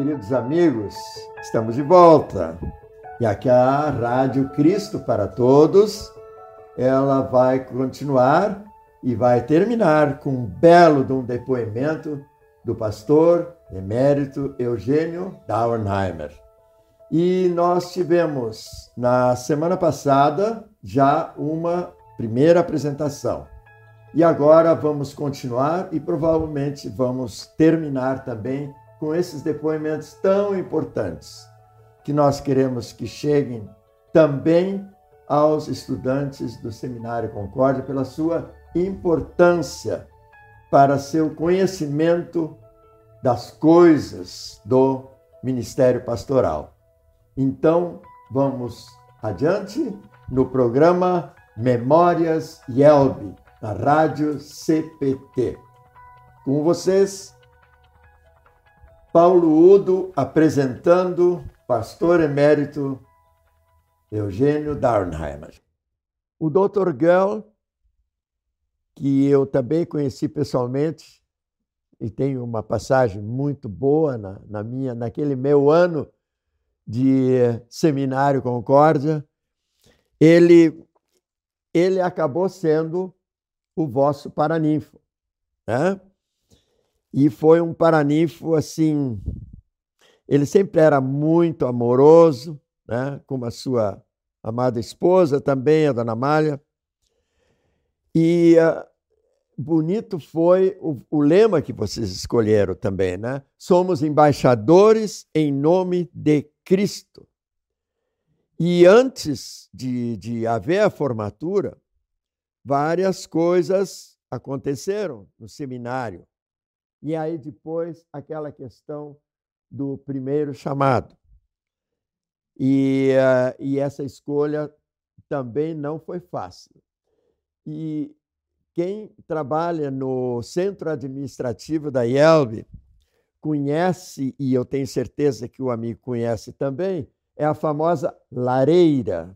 queridos amigos, estamos de volta. E aqui a Rádio Cristo para Todos, ela vai continuar e vai terminar com um belo depoimento do pastor emérito Eugênio Dauernheimer. E nós tivemos, na semana passada, já uma primeira apresentação. E agora vamos continuar e provavelmente vamos terminar também com esses depoimentos tão importantes que nós queremos que cheguem também aos estudantes do Seminário Concórdia pela sua importância para seu conhecimento das coisas do ministério pastoral. Então, vamos adiante no programa Memórias Yelbe, da Rádio CPT. Com vocês, Paulo Udo apresentando pastor emérito Eugênio Dauernheimer. O Dr. Gell, que eu também conheci pessoalmente e tenho uma passagem muito boa naquele meu ano de Seminário Concórdia, ele acabou sendo o vosso paraninfo, né? E foi um paraninfo, assim, ele sempre era muito amoroso, né? Com a sua amada esposa, também a dona Amália. E bonito foi o lema que vocês escolheram também, né? Somos embaixadores em nome de Cristo. E antes de haver a formatura, várias coisas aconteceram no seminário. E aí depois aquela questão do primeiro chamado. E essa escolha também não foi fácil. E quem trabalha no centro administrativo da IELB conhece, e eu tenho certeza que o amigo conhece também, é a famosa lareira.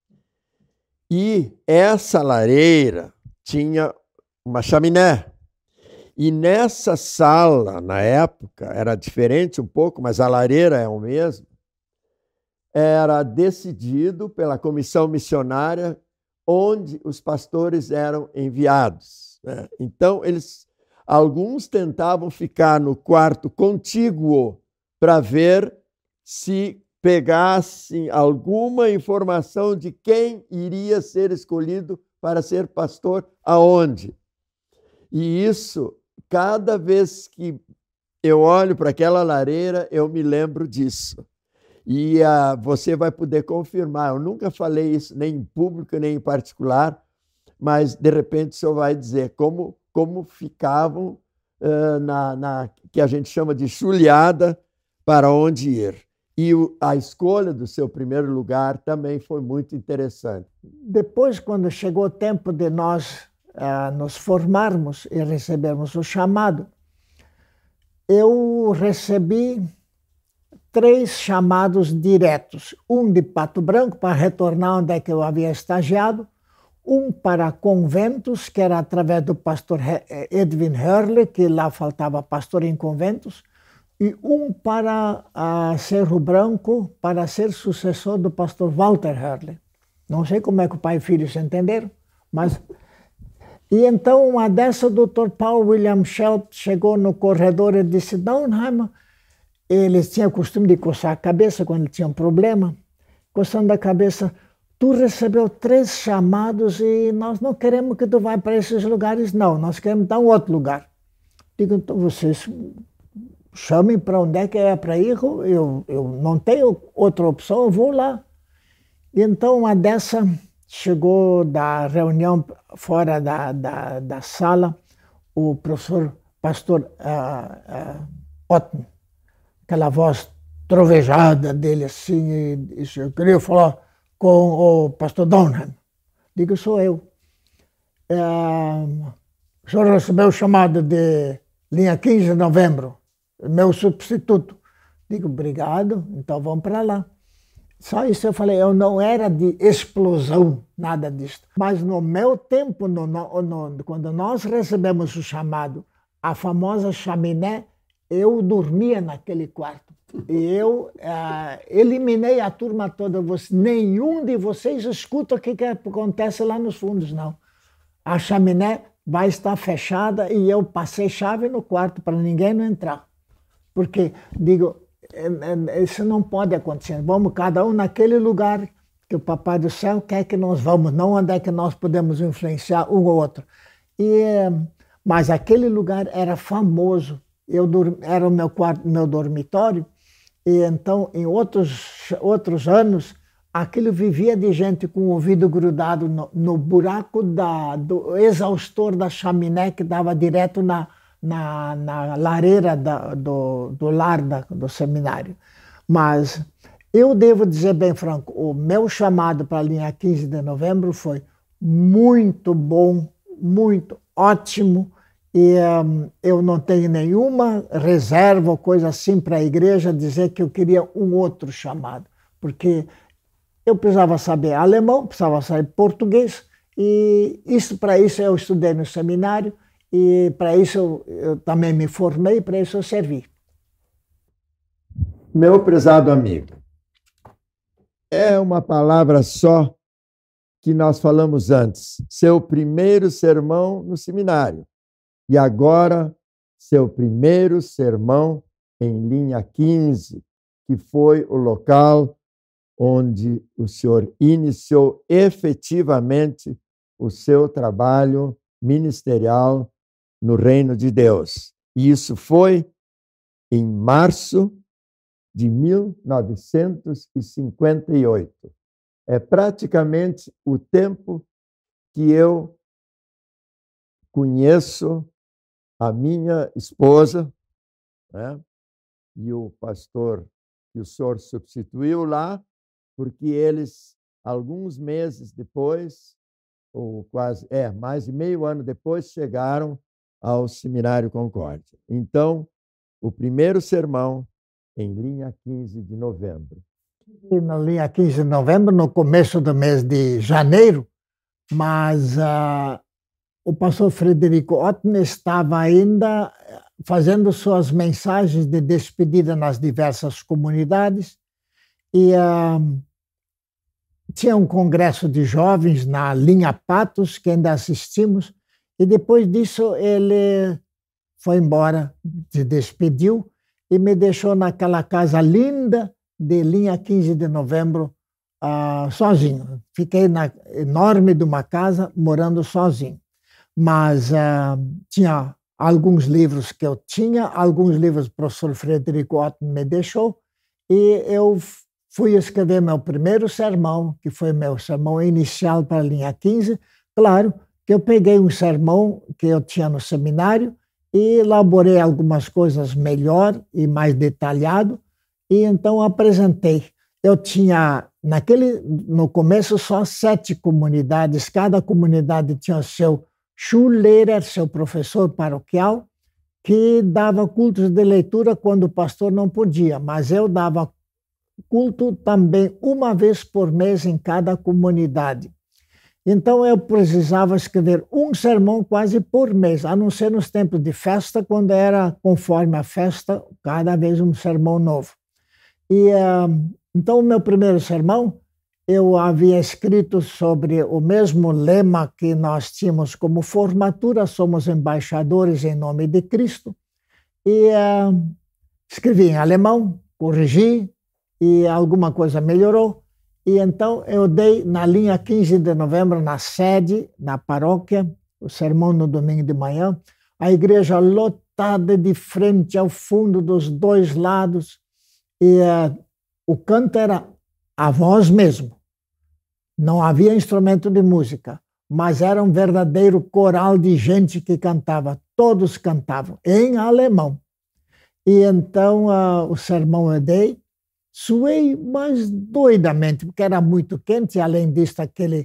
E essa lareira tinha uma chaminé. E nessa sala, na época, era diferente um pouco, mas a lareira é o mesmo, era decidido pela comissão missionária onde os pastores eram enviados, né? Então, alguns tentavam ficar no quarto contíguo para ver se pegassem alguma informação de quem iria ser escolhido para ser pastor aonde. E isso, cada vez que eu olho para aquela lareira, eu me lembro disso. E você vai poder confirmar. Eu nunca falei isso nem em público, nem em particular, mas, de repente, o senhor vai dizer como ficavam que a gente chama de chuleada para onde ir. E a escolha do seu primeiro lugar também foi muito interessante. Depois, quando chegou o tempo de nós nos formarmos e recebermos o chamado, eu recebi 3 chamados diretos. Um de Pato Branco, para retornar onde é que eu havia estagiado, um para conventos, que era através do pastor Edwin Hurley, que lá faltava pastor em conventos, e um para Cerro Branco, para ser sucessor do pastor Walter Hurley. Não sei como é que o pai e filho se entenderam, mas... E então, uma dessa, o Dr. Paul William Shelp chegou no corredor e disse: Dauernheimer, eles tinham o costume de coçar a cabeça quando tinham um problema, coçando a cabeça, tu recebeu 3 chamados e nós não queremos que tu vá para esses lugares, não, nós queremos dar um outro lugar. Digo, então vocês chamem para onde é que é para ir, eu não tenho outra opção, eu vou lá. E então, uma dessa... Chegou da reunião fora da sala o pastor Otten, aquela voz trovejada dele assim, e disse: eu queria falar com o pastor Dauernheimer. Digo, sou eu. O senhor recebeu o chamado de linha 15 de novembro, meu substituto. Digo, obrigado, então vamos para lá. Só isso eu falei, eu não era de explosão, nada disso. Mas no meu tempo, quando nós recebemos o chamado, a famosa chaminé eu dormia naquele quarto. E eu eliminei a turma toda. Nenhum de vocês escuta o que acontece lá nos fundos, não. A chaminé vai estar fechada e eu passei chave no quarto para ninguém não entrar. Porque, digo, isso não pode acontecer. Vamos cada um naquele lugar que o Papai do Céu quer que nós vamos, não onde é que nós podemos influenciar um ou outro. Mas aquele lugar era famoso. Era o meu quarto, meu dormitório, e então, em outros anos, aquilo vivia de gente com o ouvido grudado no buraco do exaustor da chaminé que dava direto na lareira do lar do seminário. Mas eu devo dizer bem franco, o meu chamado para a linha 15 de novembro foi muito bom, muito ótimo, e eu não tenho nenhuma reserva ou coisa assim para a igreja dizer que eu queria um outro chamado, porque eu precisava saber alemão, precisava saber português, e para isso eu estudei no seminário, e para isso eu também me formei, para isso eu servi. Meu prezado amigo, é uma palavra só que nós falamos antes, seu primeiro sermão no seminário. E agora, seu primeiro sermão em linha 15, que foi o local onde o senhor iniciou efetivamente o seu trabalho ministerial no Reino de Deus. E isso foi em março de 1958. É praticamente o tempo que eu conheço a minha esposa, né? E o pastor que o senhor substituiu lá, porque eles, alguns meses depois, ou quase, mais de meio ano depois, chegaram ao Seminário Concórdia. Então, o primeiro sermão em linha 15 de novembro. Na linha 15 de novembro, no começo do mês de janeiro, mas o pastor Frederico Otten estava ainda fazendo suas mensagens de despedida nas diversas comunidades e tinha um congresso de jovens na linha Patos, que ainda assistimos, e depois disso ele foi embora, se despediu e me deixou naquela casa linda de linha 15 de novembro sozinho. Fiquei na enorme de uma casa morando sozinho. Mas tinha alguns livros que eu tinha, alguns livros que o professor Frederico Otten me deixou, e eu fui escrever meu primeiro sermão, que foi meu sermão inicial para a linha 15. Claro que eu peguei um sermão que eu tinha no seminário e elaborei algumas coisas melhor e mais detalhado, e então apresentei. Eu tinha, no começo, só 7 comunidades, cada comunidade tinha o seu Schullehrer, seu professor paroquial, que dava cultos de leitura quando o pastor não podia, mas eu dava culto também uma vez por mês em cada comunidade. Então eu precisava escrever um sermão quase por mês, a não ser nos tempos de festa, quando era conforme a festa, cada vez um sermão novo. E então o meu primeiro sermão eu havia escrito sobre o mesmo lema que nós tínhamos como formatura, somos embaixadores em nome de Cristo, e escrevi em alemão, corrigi, e alguma coisa melhorou, e então eu dei na linha 15 de novembro, na sede, na paróquia, o sermão no domingo de manhã, a igreja lotada de frente ao fundo dos 2 lados, e o canto era a voz mesmo. Não havia instrumento de música, mas era um verdadeiro coral de gente que cantava. Todos cantavam em alemão. E então o sermão eu dei, suei mais doidamente, porque era muito quente, e além disso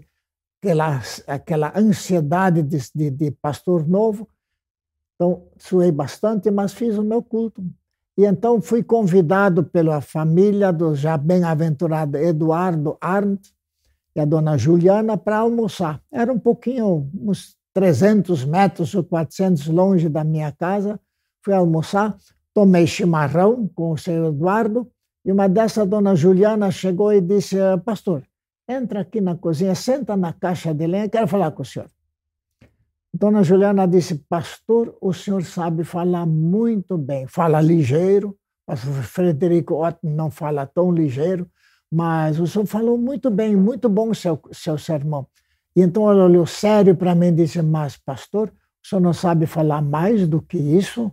aquela ansiedade de pastor novo. Então suei bastante, mas fiz o meu culto. E então fui convidado pela família do já bem-aventurado Eduardo Arndt e a dona Juliana para almoçar. Era um pouquinho, uns 300 metros ou 400 longe da minha casa. Fui almoçar. tomei chimarrão com o senhor Eduardo, e uma dessa, a dona Juliana chegou e disse, pastor, entra aqui na cozinha, senta na caixa de lenha, quero falar com o senhor. Dona Juliana disse, pastor, o senhor sabe falar muito bem, fala ligeiro, pastor Frederico Otten não fala tão ligeiro, mas o senhor falou muito bem, muito bom o seu sermão. E então ela olhou sério para mim e disse, mas pastor, o senhor não sabe falar mais do que isso?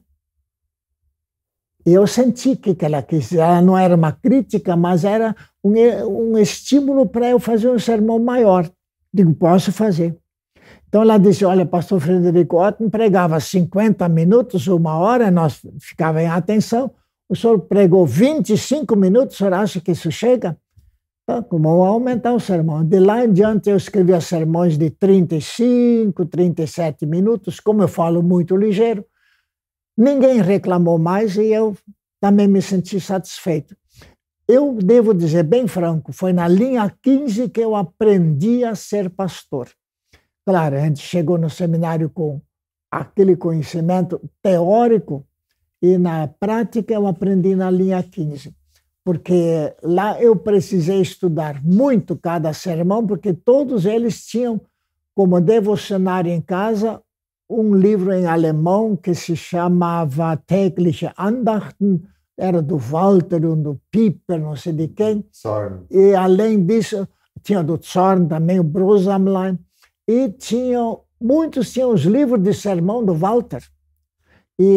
E eu senti que ela quis, ela não era uma crítica, mas era um estímulo para eu fazer um sermão maior. Digo, posso fazer. Então ela disse, olha, pastor Frederico Otten pregava 50 minutos, 1 hora, nós ficava em atenção, o senhor pregou 25 minutos, o senhor acha que isso chega? Então, como aumentar o sermão? De lá em diante eu escrevia sermões de 35, 37 minutos, como eu falo muito ligeiro. Ninguém reclamou mais e eu também me senti satisfeito. Eu devo dizer bem franco, foi na linha 15 que eu aprendi a ser pastor. Claro, a gente chegou no seminário com aquele conhecimento teórico e na prática eu aprendi na linha 15, porque lá eu precisei estudar muito cada sermão, porque todos eles tinham como devocionário em casa um livro em alemão que se chamava Tägliche Andachten, era do Walter, do Piper, não sei de quem. Zorn. E além disso, tinha do Zorn também, o Brosamlein, e muitos tinham os livros de sermão do Walter. E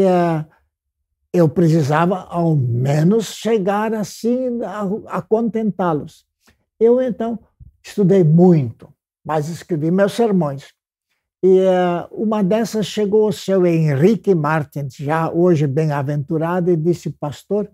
eu precisava, ao menos, chegar assim a contentá-los. Eu, então, estudei muito, mas escrevi meus sermões. E uma dessas chegou o seu Henrique Martins, já hoje bem-aventurado, e disse, pastor,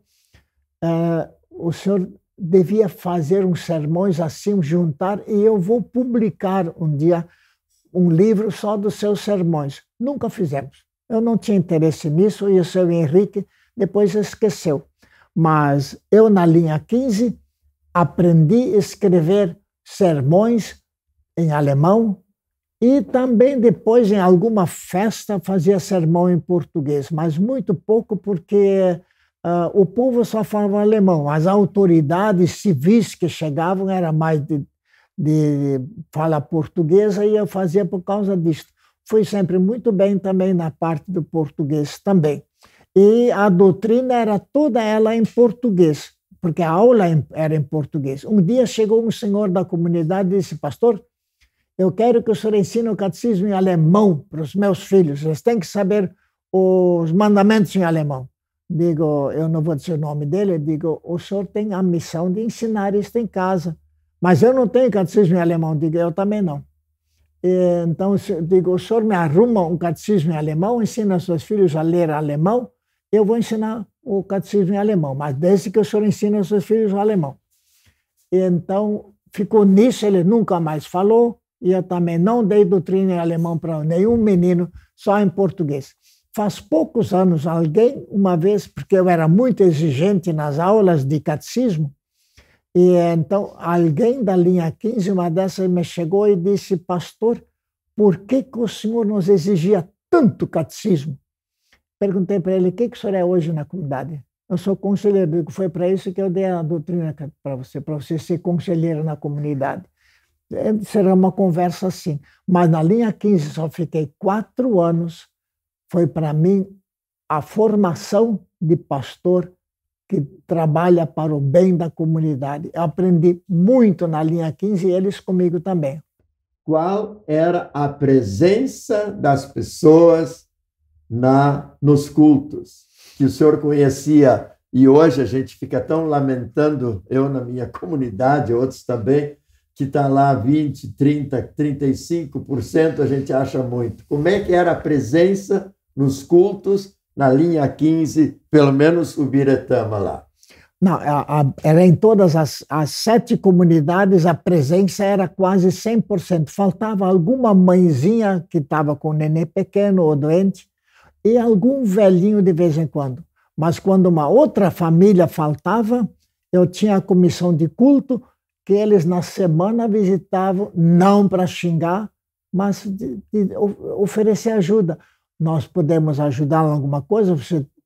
o senhor devia fazer uns sermões assim, juntar, e eu vou publicar um dia um livro só dos seus sermões. Nunca fizemos. Eu não tinha interesse nisso, e o seu Henrique depois esqueceu. Mas eu, na linha 15, aprendi a escrever sermões em alemão, e também depois, em alguma festa, fazia sermão em português, mas muito pouco, porque o povo só falava alemão. As autoridades civis que chegavam era mais de fala portuguesa, e eu fazia por causa disso. Fui sempre muito bem também na parte do português também. E a doutrina era toda ela em português, porque a aula era em português. Um dia chegou um senhor da comunidade e disse, pastor, eu quero que o senhor ensine o catecismo em alemão para os meus filhos. Eles têm que saber os mandamentos em alemão. Digo, eu não vou dizer o nome dele, eu digo, o senhor tem a missão de ensinar isso em casa. Mas eu não tenho catecismo em alemão. Digo, eu também não. E, então, digo, o senhor me arruma um catecismo em alemão, ensina os seus filhos a ler alemão, eu vou ensinar o catecismo em alemão, mas desde que o senhor ensine os seus filhos o alemão. E, então, ficou nisso, ele nunca mais falou, e eu também não dei doutrina em alemão para nenhum menino, só em português. Faz poucos anos, alguém, uma vez, porque eu era muito exigente nas aulas de catecismo, e então alguém da linha 15, uma dessas, me chegou e disse, pastor, por que o senhor nos exigia tanto catecismo? Perguntei para ele, o que o senhor é hoje na comunidade? Eu sou conselheiro, foi para isso que eu dei a doutrina para você ser conselheiro na comunidade. Será uma conversa assim. Mas na linha 15 só fiquei 4 anos. Foi para mim a formação de pastor que trabalha para o bem da comunidade. Eu aprendi muito na linha 15 e eles comigo também. Qual era a presença das pessoas nos cultos que o senhor conhecia? E hoje a gente fica tão lamentando, eu na minha comunidade, outros também, que está lá 20%, 30%, 35%, a gente acha muito. Como é que era a presença nos cultos na linha 15, pelo menos o Biretama lá? Não, era em todas as 7 comunidades, a presença era quase 100%. Faltava alguma mãezinha que estava com o nenê pequeno ou doente, e algum velhinho de vez em quando. Mas quando uma outra família faltava, eu tinha a comissão de culto, que eles na semana visitavam, não para xingar, mas de oferecer ajuda. Nós podemos ajudar em alguma coisa, você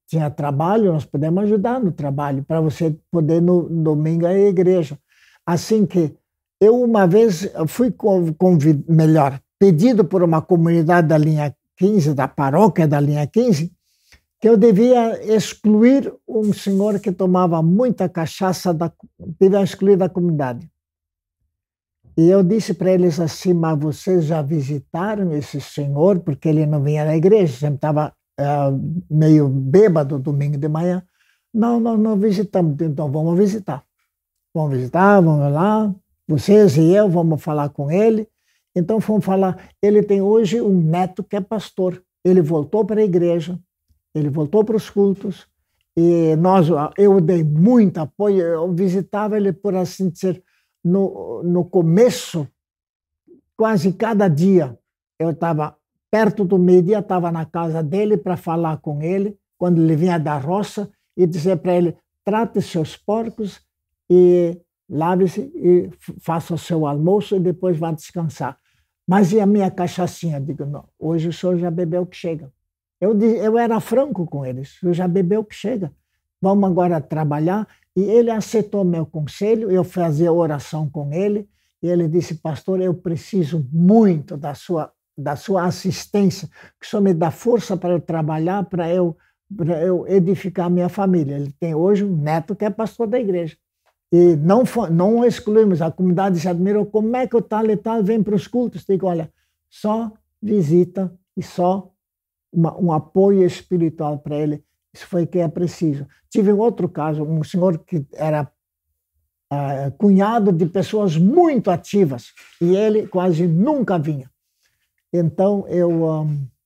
tinha trabalho, nós podemos ajudar no trabalho, para você poder no domingo ir à igreja. Assim que eu uma vez fui pedido por uma comunidade da linha 15, da paróquia da linha 15, que eu devia excluir um senhor que tomava muita cachaça, devia excluir da comunidade. E eu disse para eles assim, mas vocês já visitaram esse senhor? Porque ele não vinha na igreja, sempre estava meio bêbado domingo de manhã. Não visitamos. Então vamos visitar. Vamos visitar, vamos lá. Vocês e eu vamos falar com ele. Então fomos falar. Ele tem hoje um neto que é pastor. Ele voltou para a igreja, ele voltou para os cultos. E eu dei muito apoio. Eu visitava ele, por assim dizer, no começo, quase cada dia. Eu estava perto do meio-dia, estava na casa dele para falar com ele, quando ele vinha da roça, e dizer para ele, trate seus porcos e lave-se e faça o seu almoço e depois vá descansar. Mas e a minha cachaçinha? Digo, não, hoje o senhor já bebeu o que chega. Eu era franco com eles, o senhor já bebeu o que chega. Vamos agora trabalhar. E ele aceitou meu conselho, eu fazia oração com ele, e ele disse, pastor, eu preciso muito da sua assistência, que o senhor me dá força para eu trabalhar, para eu edificar a minha família. Ele tem hoje um neto que é pastor da igreja. E não excluímos, a comunidade se admirou, como é que o tal e tal vem para os cultos? Digo, olha, só visita e só um apoio espiritual para ele. Isso foi o que é preciso. Tive um outro caso, um senhor que era cunhado de pessoas muito ativas e ele quase nunca vinha. Então eu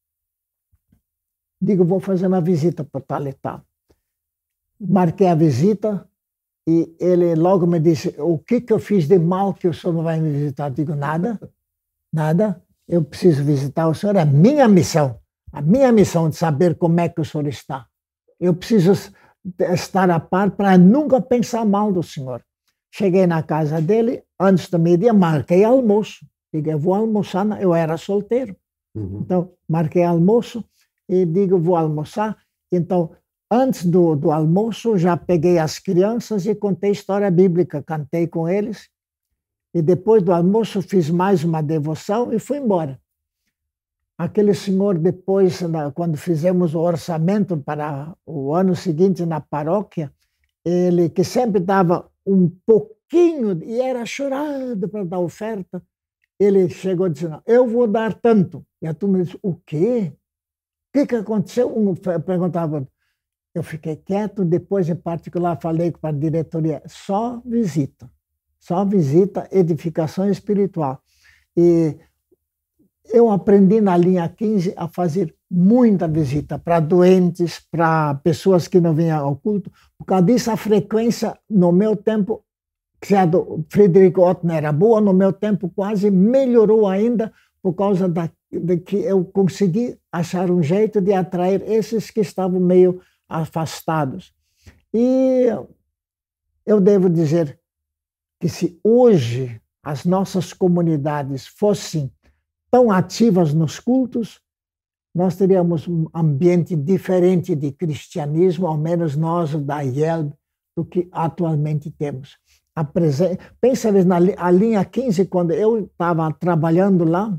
digo, vou fazer uma visita para tal e tal. Marquei a visita e ele logo me disse, o que eu fiz de mal que o senhor não vai me visitar? Digo, nada, eu preciso visitar o senhor, é a minha missão de saber como é que o senhor está. Eu preciso estar a par para nunca pensar mal do senhor. Cheguei na casa dele, antes do meio-dia, marquei almoço. Digo, eu vou almoçar, eu era solteiro. Então, marquei almoço e digo, vou almoçar. Então, antes do almoço, já peguei as crianças e contei história bíblica, cantei com eles. E depois do almoço, fiz mais uma devoção e fui embora. Aquele senhor, depois, quando fizemos o orçamento para o ano seguinte na paróquia, ele que sempre dava um pouquinho, e era chorado para dar oferta, ele chegou e disse, não, eu vou dar tanto. E a turma disse, o quê? O que aconteceu? Um perguntava. Eu fiquei quieto, depois, em particular, falei para a diretoria, só visita, edificação espiritual. E eu aprendi na linha 15 a fazer muita visita para doentes, para pessoas que não vinham ao culto. Por causa disso, a frequência, no meu tempo, que a do Frederico Ottner era boa, no meu tempo quase melhorou ainda, por causa de que eu consegui achar um jeito de atrair esses que estavam meio afastados. E eu devo dizer que se hoje as nossas comunidades fossem tão ativas nos cultos, nós teríamos um ambiente diferente de cristianismo, ao menos nós da IELB, do que atualmente temos. Pensa na linha 15, quando eu estava trabalhando lá,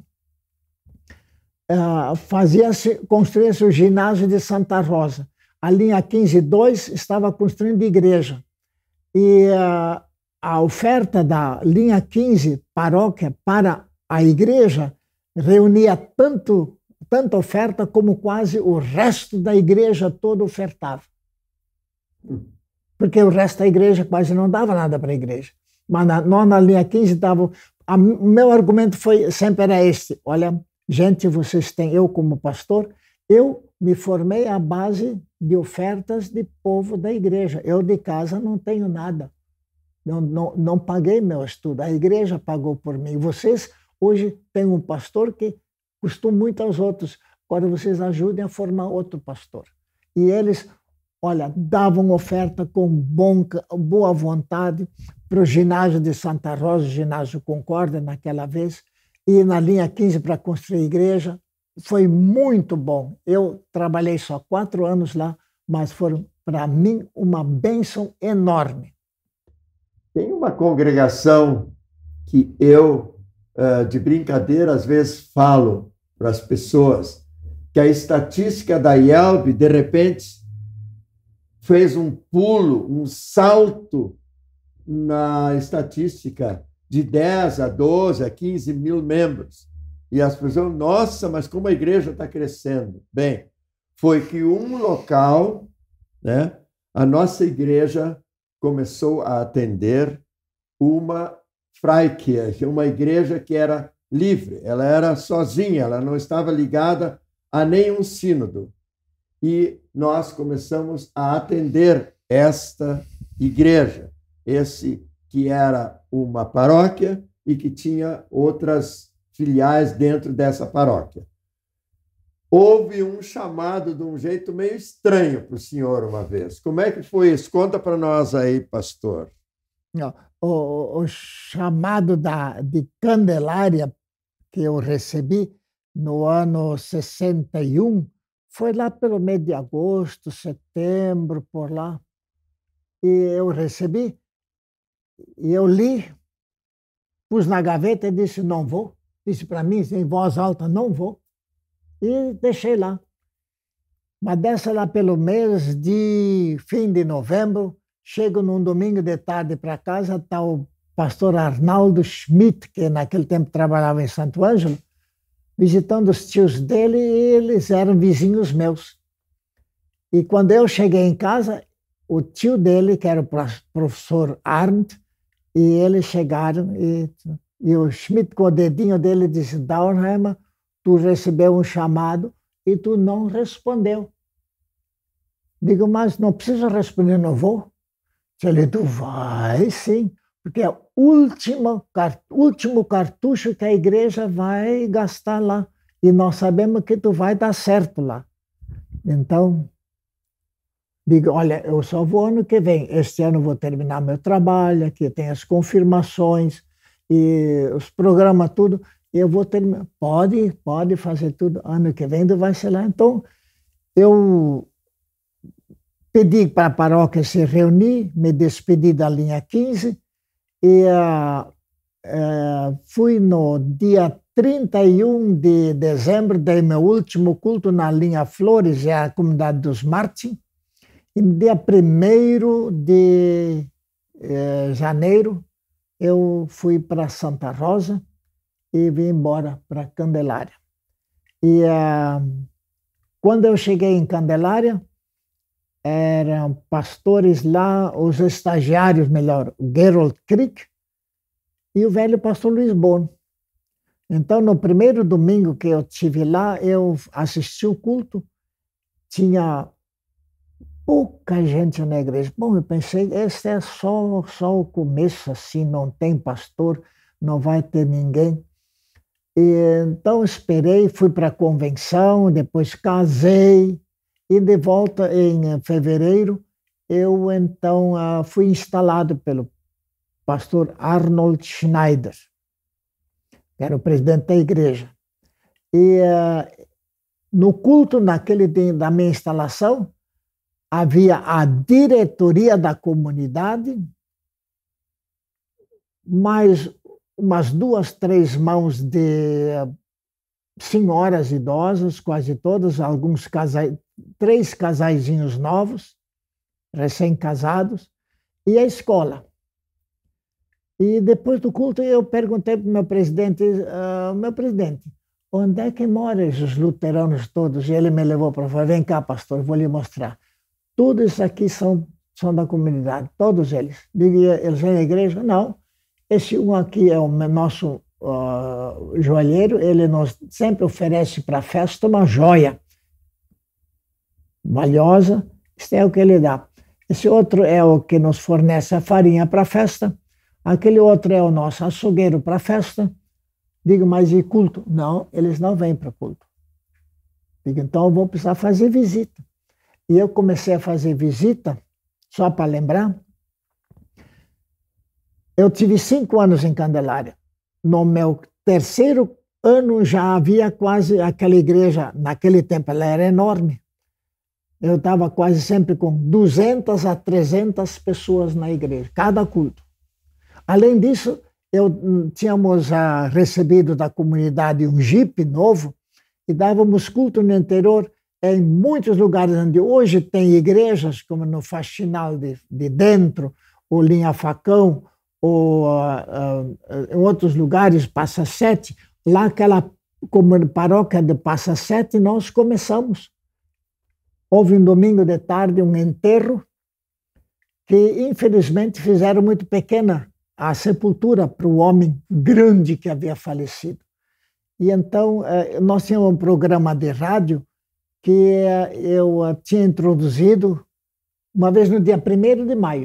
construía-se o ginásio de Santa Rosa. A linha 15.2 estava construindo igreja. E a oferta da linha 15, paróquia, para a igreja, reunia tanta oferta como quase o resto da igreja toda ofertava. Porque o resto da igreja quase não dava nada para a igreja. Mas nós na linha 15 dava... O meu argumento sempre era este. Olha, gente, vocês têm... Eu como pastor, eu me formei à base de ofertas de povo da igreja. Eu de casa não tenho nada. Não paguei meu estudo. A igreja pagou por mim. Vocês... Hoje tem um pastor que custou muito aos outros. Agora vocês ajudem a formar outro pastor. E eles, olha, davam oferta com boa vontade para o ginásio de Santa Rosa, o ginásio Concórdia, naquela vez, e na linha 15 para construir igreja. Foi muito bom. Eu trabalhei só 4 anos lá, mas foram, para mim, uma bênção enorme. Tem uma congregação que eu, de brincadeira, às vezes falo para as pessoas que a estatística da IELB, de repente, fez um pulo, um salto na estatística de 10 a 12 a 15 mil membros. E as pessoas, nossa, mas como a igreja está crescendo. Bem, foi que um local, né, a nossa igreja começou a atender uma Freikirche, uma igreja que era livre, ela era sozinha, ela não estava ligada a nenhum sínodo. E nós começamos a atender esta igreja, esse que era uma paróquia e que tinha outras filiais dentro dessa paróquia. Houve um chamado de um jeito meio estranho para o senhor uma vez. Como é que foi isso? Conta para nós aí, pastor. O chamado de Candelária que eu recebi no ano 61 foi lá pelo mês de agosto, setembro, por lá. E eu recebi, e eu li, pus na gaveta e disse, não vou. Disse para mim, em voz alta, não vou. E deixei lá. Mas dessa lá pelo mês de fim de novembro, chego num domingo de tarde para casa, está o pastor Arnaldo Schmidt, que naquele tempo trabalhava em Santo Ângelo, visitando os tios dele, e eles eram vizinhos meus. E quando eu cheguei em casa, o tio dele, que era o professor Arndt, e eles chegaram, e o Schmidt, com o dedinho dele, disse, Daunheimer, tu recebeu um chamado e tu não respondeu. Digo, mas não precisa responder, não vou. Ele, tu vai sim, porque é o último cartucho que a igreja vai gastar lá. E nós sabemos que tu vai dar certo lá. Então, digo, olha, eu só vou ano que vem. Este ano eu vou terminar meu trabalho, aqui tem as confirmações e os programas, tudo. E eu vou terminar. Pode fazer tudo. Ano que vem tu vai ser lá. Então, eu pedi para a paróquia se reunir, me despedi da linha 15 e fui no dia 31 de dezembro, dei meu último culto na linha Flores, é a comunidade dos Martins, e no dia 1º de janeiro eu fui para Santa Rosa e vim embora para Candelária. E quando eu cheguei em Candelária, eram pastores lá, os estagiários, melhor, o Gerald Crick e o velho pastor Luiz Bono. Então, no primeiro domingo que eu estive lá, eu assisti o culto, tinha pouca gente na igreja. Bom, eu pensei, esse é só o começo, assim, não tem pastor, não vai ter ninguém. E, então, esperei, fui para a convenção, depois casei, e de volta em fevereiro, eu então fui instalado pelo pastor Arnold Schneider, que era o presidente da igreja. E no culto, naquele dia da minha instalação, havia a diretoria da comunidade, mais umas 2, 3 mãos de senhoras idosas, quase todas, alguns casais, 3 casaizinhos novos, recém-casados, e a escola. E depois do culto eu perguntei para o meu presidente, onde é que moram esses luteranos todos? E ele me levou para fora, vem cá, pastor, vou lhe mostrar. Todos isso aqui são da comunidade, todos eles. Digo, eles vêm à igreja? Não. Esse um aqui é o nosso joalheiro, ele nos sempre oferece para a festa uma joia valiosa, isso é o que ele dá. Esse outro é o que nos fornece a farinha para a festa, aquele outro é o nosso açougueiro para a festa. Digo, mas e culto? Não, eles não vêm para culto. Digo, então eu vou precisar fazer visita. E eu comecei a fazer visita, só para lembrar, eu tive 5 anos em Candelária. No meu 3º ano já havia quase aquela igreja, naquele tempo ela era enorme, Eu estava quase sempre com 200 a 300 pessoas na igreja, cada culto. Além disso, tínhamos recebido da comunidade um jipe novo e dávamos culto no interior em muitos lugares onde hoje tem igrejas, como no Faxinal de Dentro, ou Linha Facão, ou em outros lugares, Passa Sete. Lá, aquela paróquia de Passa Sete, nós começamos. Houve um domingo de tarde um enterro que, infelizmente, fizeram muito pequena a sepultura para o homem grande que havia falecido. E então, nós tínhamos um programa de rádio que eu tinha introduzido uma vez no dia 1º de maio,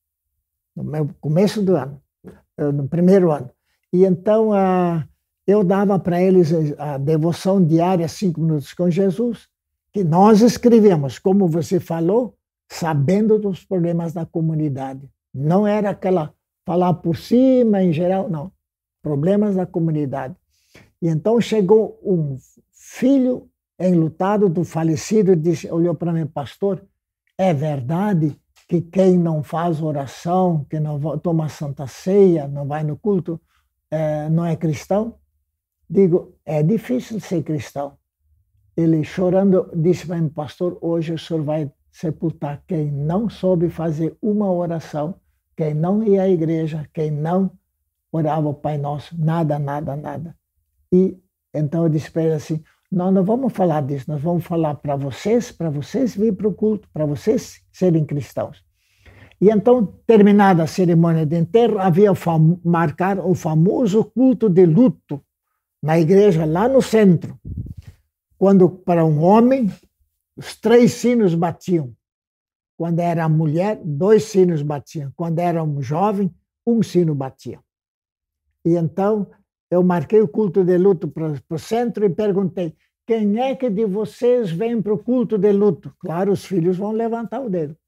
no meu começo do ano, no primeiro ano. E então eu dava para eles a devoção diária, 5 minutos com Jesus, que nós escrevemos, como você falou, sabendo dos problemas da comunidade. Não era aquela falar por cima, em geral, não. Problemas da comunidade. E então chegou um filho enlutado do falecido e disse, olhou para mim, pastor, é verdade que quem não faz oração, que não toma Santa Ceia, não vai no culto, não é cristão? Digo, é difícil ser cristão. Ele, chorando, disse para mim, pastor, hoje o senhor vai sepultar quem não soube fazer uma oração, quem não ia à igreja, quem não orava o Pai Nosso, nada, nada, nada. E então eu disse para ele assim, nós não vamos falar disso, nós vamos falar para vocês virem para o culto, para vocês serem cristãos. E então, terminada a cerimônia de enterro, havia marcar o famoso culto de luto na igreja, lá no centro. Quando, para um homem, os 3 sinos batiam. Quando era mulher, 2 sinos batiam. Quando era um jovem, 1 sino batia. E então, eu marquei o culto de luto para o centro e perguntei, quem é que de vocês vem para o culto de luto? Claro, os filhos vão levantar o dedo.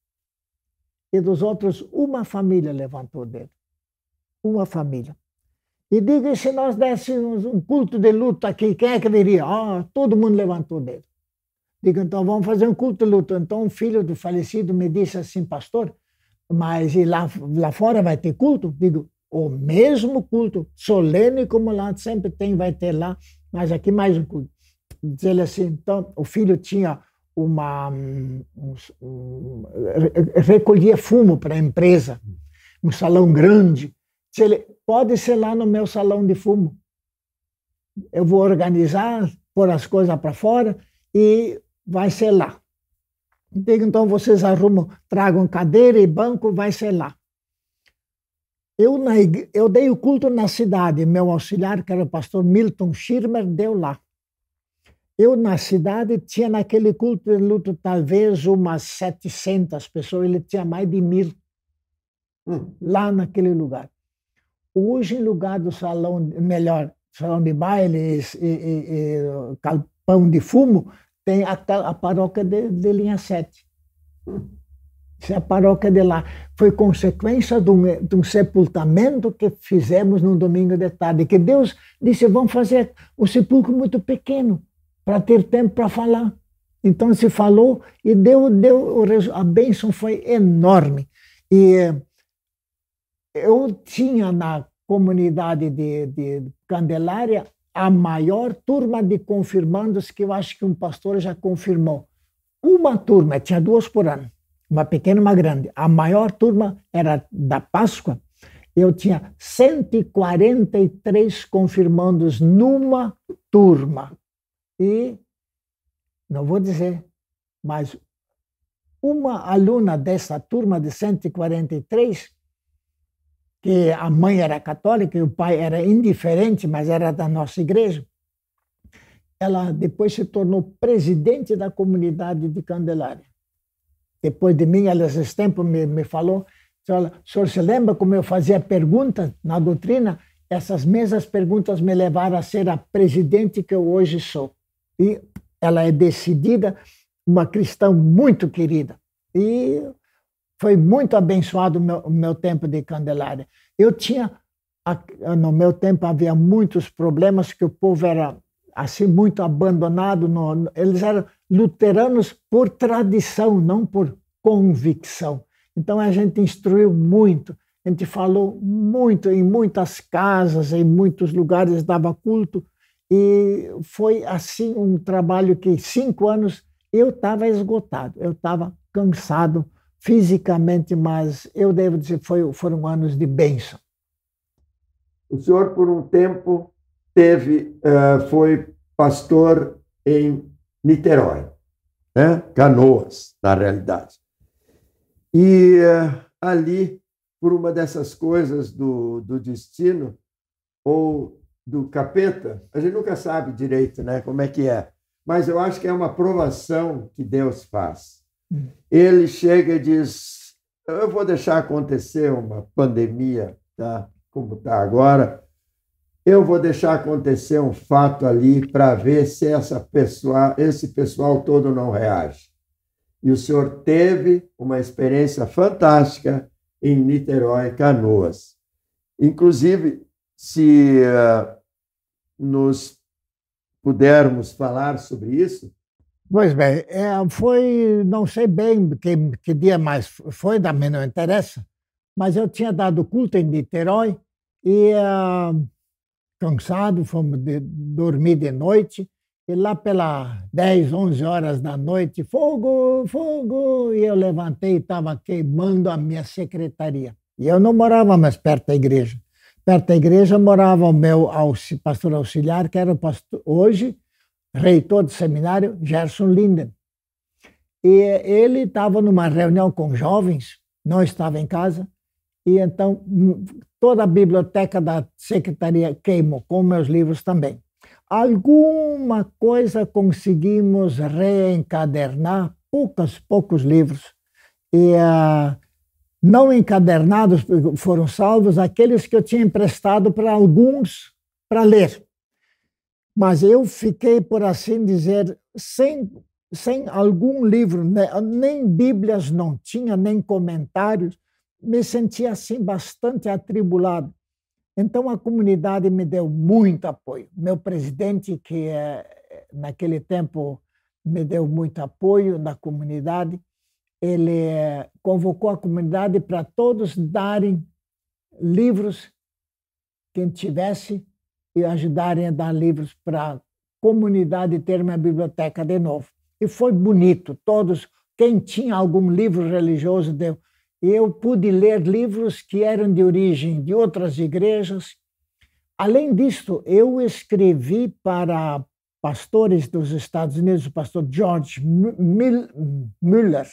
E dos outros, uma família levantou o dedo. Uma família. E diga, se nós dessemos um culto de luto aqui, quem é que viria? Todo mundo levantou o dedo. Digo, então vamos fazer um culto de luto. Então um filho do falecido me disse assim, pastor, mas e lá fora vai ter culto? Digo, o mesmo culto, solene como lá sempre tem, vai ter lá, mas aqui mais um culto. Diz ele assim, então o filho tinha recolhia fumo para a empresa, um salão grande. Diz ele, pode ser lá no meu salão de fumo. Eu vou organizar, pôr as coisas para fora e vai ser lá. Digo, então vocês arrumam, tragam cadeira e banco, vai ser lá. Eu dei o culto na cidade, meu auxiliar, que era o pastor Milton Schirmer, deu lá. Eu, na cidade, tinha naquele culto de luto talvez umas 700 pessoas, ele tinha mais de 1000 lá naquele lugar. Hoje, em lugar do salão, melhor, salão de bailes e galpão de fumo, tem a paróquia de Linha 7. Essa é a paróquia de lá. Foi consequência de um sepultamento que fizemos no domingo de tarde, que Deus disse, vamos fazer o sepulcro muito pequeno, para ter tempo para falar. Então se falou e a bênção foi enorme. E eu tinha na comunidade de Candelária a maior turma de confirmandos que eu acho que um pastor já confirmou. Uma turma, tinha 2 por ano, uma pequena e uma grande. A maior turma era da Páscoa. Eu tinha 143 confirmandos numa turma. E, não vou dizer, mas uma aluna dessa turma de 143, que a mãe era católica e o pai era indiferente, mas era da nossa igreja, ela depois se tornou presidente da comunidade de Candelária. Depois de mim, ela, esse tempo, me falou, o senhor se lembra como eu fazia perguntas na doutrina? Essas mesmas perguntas me levaram a ser a presidente que eu hoje sou. E ela é decidida, uma cristã muito querida. E foi muito abençoado o meu tempo de Candelária. No meu tempo havia muitos problemas, que o povo era assim muito abandonado. Eles eram luteranos por tradição, não por convicção. Então a gente instruiu muito, a gente falou muito em muitas casas, em muitos lugares dava culto, e foi assim um trabalho que 5 anos eu estava esgotado, eu estava cansado fisicamente, mas eu devo dizer foram anos de bênção. O senhor, por um tempo, foi pastor em Niterói, né? Canoas, na realidade. E ali, por uma dessas coisas do destino ou do capeta, a gente nunca sabe direito, né, como é que é, mas eu acho que é uma provação que Deus faz. Ele chega e diz, eu vou deixar acontecer uma pandemia, tá? Como está agora, eu vou deixar acontecer um fato ali para ver se esse pessoal todo não reage. E o senhor teve uma experiência fantástica em Niterói, Canoas. Inclusive, se nos pudermos falar sobre isso. Pois bem, foi, não sei bem que dia mais foi, também não interessa, mas eu tinha dado culto em Niterói e, cansado, fomos dormir de noite, e lá pelas 10, 11 horas da noite, fogo, fogo, e eu levantei e estava queimando a minha secretaria. E eu não morava mais perto da igreja. Perto da igreja morava o meu pastor auxiliar, que era o pastor, hoje, reitor do seminário, Gerson Linden. E ele estava numa reunião com jovens, não estava em casa, e então toda a biblioteca da secretaria queimou, com meus livros também. Alguma coisa conseguimos reencadernar, poucos livros, e não encadernados foram salvos aqueles que eu tinha emprestado para alguns para ler. Mas eu fiquei, por assim dizer, sem algum livro, nem Bíblias não tinha, nem comentários, me sentia assim bastante atribulado. Então a comunidade me deu muito apoio. Meu presidente, que naquele tempo me deu muito apoio da comunidade, ele convocou a comunidade para todos darem livros, quem tivesse, e ajudarem a dar livros para a comunidade ter uma biblioteca de novo. E foi bonito, todos, quem tinha algum livro religioso deu. E eu pude ler livros que eram de origem de outras igrejas. Além disso, eu escrevi para pastores dos Estados Unidos, o pastor George Mueller,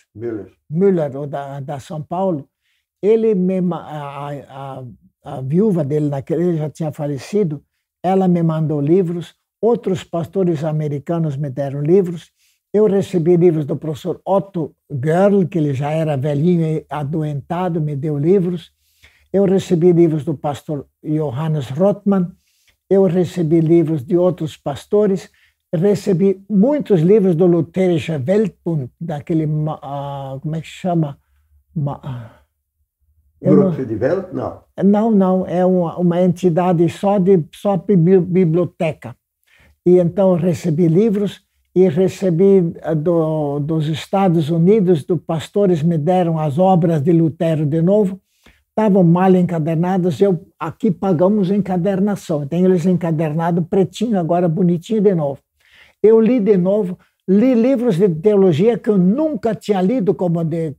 da São Paulo. Ele a viúva dele, ele já tinha falecido, ela me mandou livros, outros pastores americanos me deram livros. Eu recebi livros do professor Otto Görl, que ele já era velhinho e adoentado, me deu livros. Eu recebi livros do pastor Johannes Rothman. Eu recebi livros de outros pastores. Recebi muitos livros do Lutherische Weltbund, daquele, como é que chama? Grupo de Welt? Não. Não, é uma entidade só biblioteca. E então recebi livros. E recebi dos Estados Unidos, dos pastores me deram as obras de Lutero de novo, estavam mal encadernadas, aqui pagamos encadernação, tenho eles encadernado pretinho, agora bonitinho de novo. Eu li de novo, li livros de teologia que eu nunca tinha lido, como de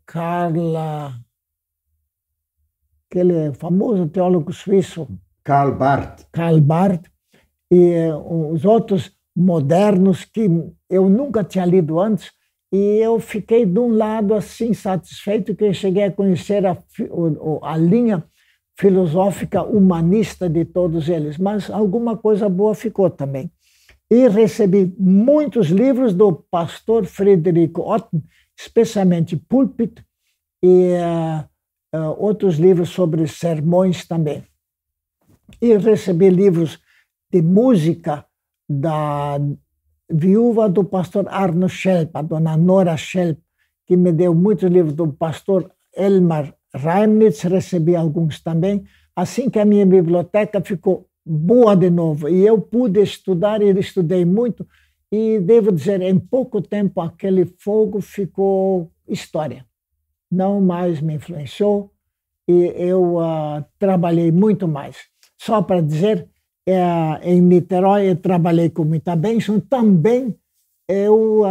aquele famoso teólogo suíço, Karl Barth, e os outros modernos que eu nunca tinha lido antes, e eu fiquei de um lado assim satisfeito que eu cheguei a conhecer a linha filosófica humanista de todos eles, mas alguma coisa boa ficou também. E recebi muitos livros do pastor Frederico Otten, especialmente Púlpito, e outros livros sobre sermões também. E recebi livros de música da viúva do pastor Arno Schelp, a dona Nora Schelp, que me deu muitos livros, do pastor Elmar Reimnitz, recebi alguns também, assim que a minha biblioteca ficou boa de novo, e eu pude estudar, e estudei muito, E devo dizer, em pouco tempo aquele fogo ficou história. Não mais me influenciou e eu trabalhei muito mais. Só para dizer, em Niterói eu trabalhei com muita bênção. Também eu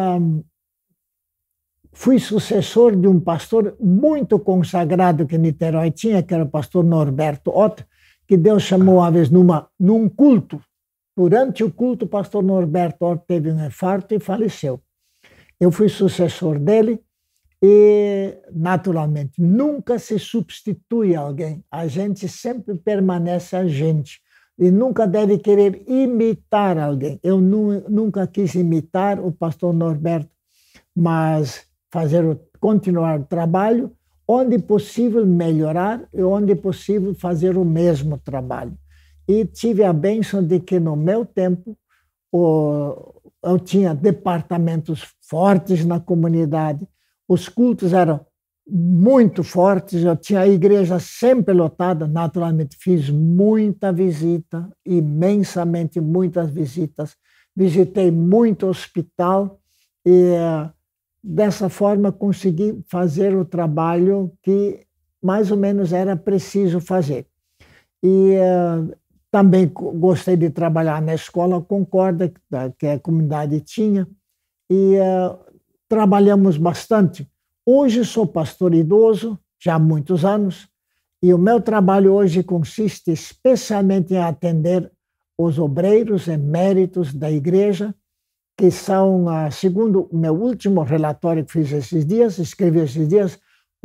fui sucessor de um pastor muito consagrado que Niterói tinha, que era o pastor Norberto Ott, que Deus chamou uma vez num culto. Durante o culto, o pastor Norberto Ott teve um infarto e faleceu. Eu fui sucessor dele e, naturalmente, nunca se substitui alguém. A gente sempre permanece a gente e nunca deve querer imitar alguém. Eu nunca quis imitar o pastor Norberto, mas continuar o trabalho, onde possível melhorar e onde possível fazer o mesmo trabalho. E tive a bênção de que no meu tempo eu tinha departamentos fortes na comunidade, os cultos eram muito fortes, eu tinha a igreja sempre lotada, naturalmente fiz muita visita, imensamente muitas visitas, visitei muito hospital e dessa forma consegui fazer o trabalho que mais ou menos era preciso fazer. E também gostei de trabalhar na escola Concordia, que a comunidade tinha, e trabalhamos bastante. Hoje sou pastor idoso, já há muitos anos, e o meu trabalho hoje consiste especialmente em atender os obreiros eméritos da igreja, que são, segundo o meu último relatório que fiz escrevi esses dias,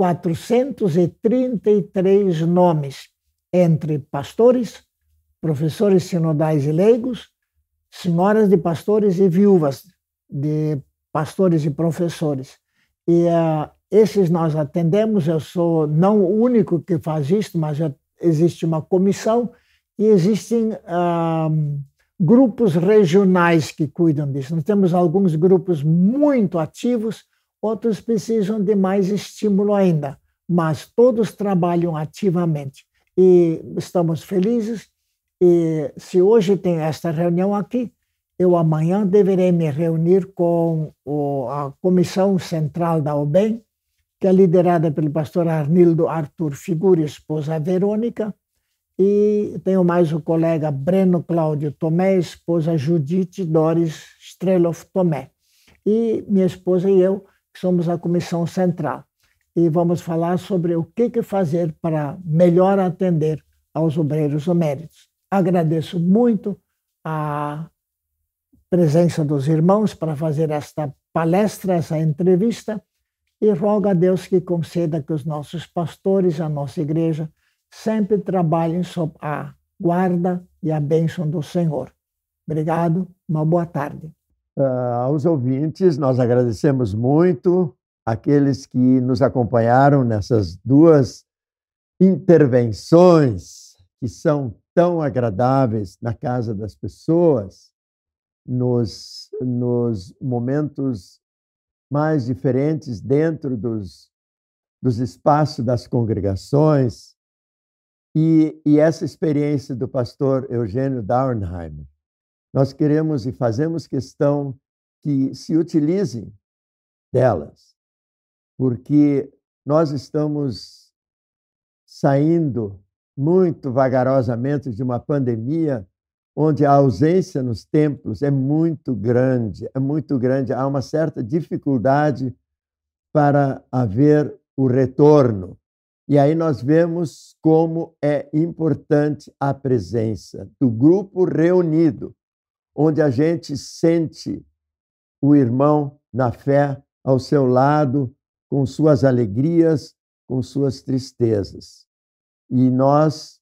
433 nomes, entre pastores, professores sinodais e leigos, senhoras de pastores e viúvas de pastores e professores. E esses nós atendemos. Eu sou não o único que faz isso, mas existe uma comissão e existem grupos regionais que cuidam disso. Nós temos alguns grupos muito ativos, outros precisam de mais estímulo ainda, mas todos trabalham ativamente. E estamos felizes. E se hoje tem esta reunião aqui, eu amanhã deverei me reunir com a Comissão Central da UBEM, que é liderada pelo pastor Arnildo Arthur Figura e esposa Verônica, e tenho mais o colega Breno Cláudio Tomé, esposa Judite Doris Streloff Tomé, e minha esposa e eu, que somos a Comissão Central. E vamos falar sobre o que fazer para melhor atender aos obreiros eméritos. Agradeço muito a presença dos irmãos para fazer esta palestra, essa entrevista, e rogo a Deus que conceda que os nossos pastores, a nossa igreja, sempre trabalhem sob a guarda e a bênção do Senhor. Obrigado, uma boa tarde. Aos ouvintes, nós agradecemos muito aqueles que nos acompanharam nessas duas intervenções que são tão agradáveis na casa das pessoas, nos momentos mais diferentes dentro dos espaços das congregações. E essa experiência do pastor Eugênio Dornheimer, nós queremos e fazemos questão que se utilizem delas, porque nós estamos saindo muito vagarosamente de uma pandemia onde a ausência nos templos é muito grande, há uma certa dificuldade para haver o retorno. E aí nós vemos como é importante a presença do grupo reunido, onde a gente sente o irmão na fé ao seu lado, com suas alegrias, com suas tristezas. E nós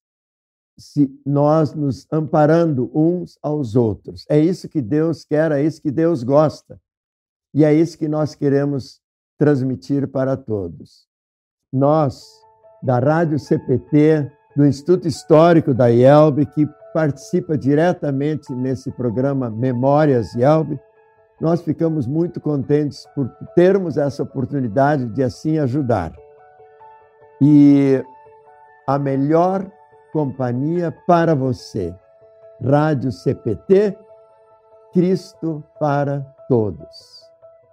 nos amparando uns aos outros. É isso que Deus quer, é isso que Deus gosta. E é isso que nós queremos transmitir para todos. Nós, da Rádio CPT, do Instituto Histórico da IELB, que participa diretamente nesse programa Memórias IELB, nós ficamos muito contentes por termos essa oportunidade de assim ajudar. E a melhor companhia para você, Rádio CPT, Cristo para todos.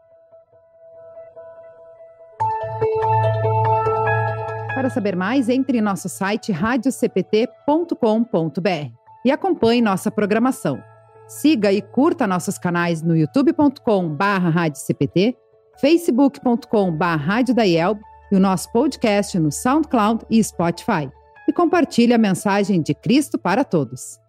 Para saber mais, entre em nosso site radiocpt.com.br e acompanhe nossa programação. Siga e curta nossos canais no youtube.com/radiocpt, facebook.com/radiodaielb e o nosso podcast no SoundCloud e Spotify. E compartilhe a mensagem de Cristo para todos.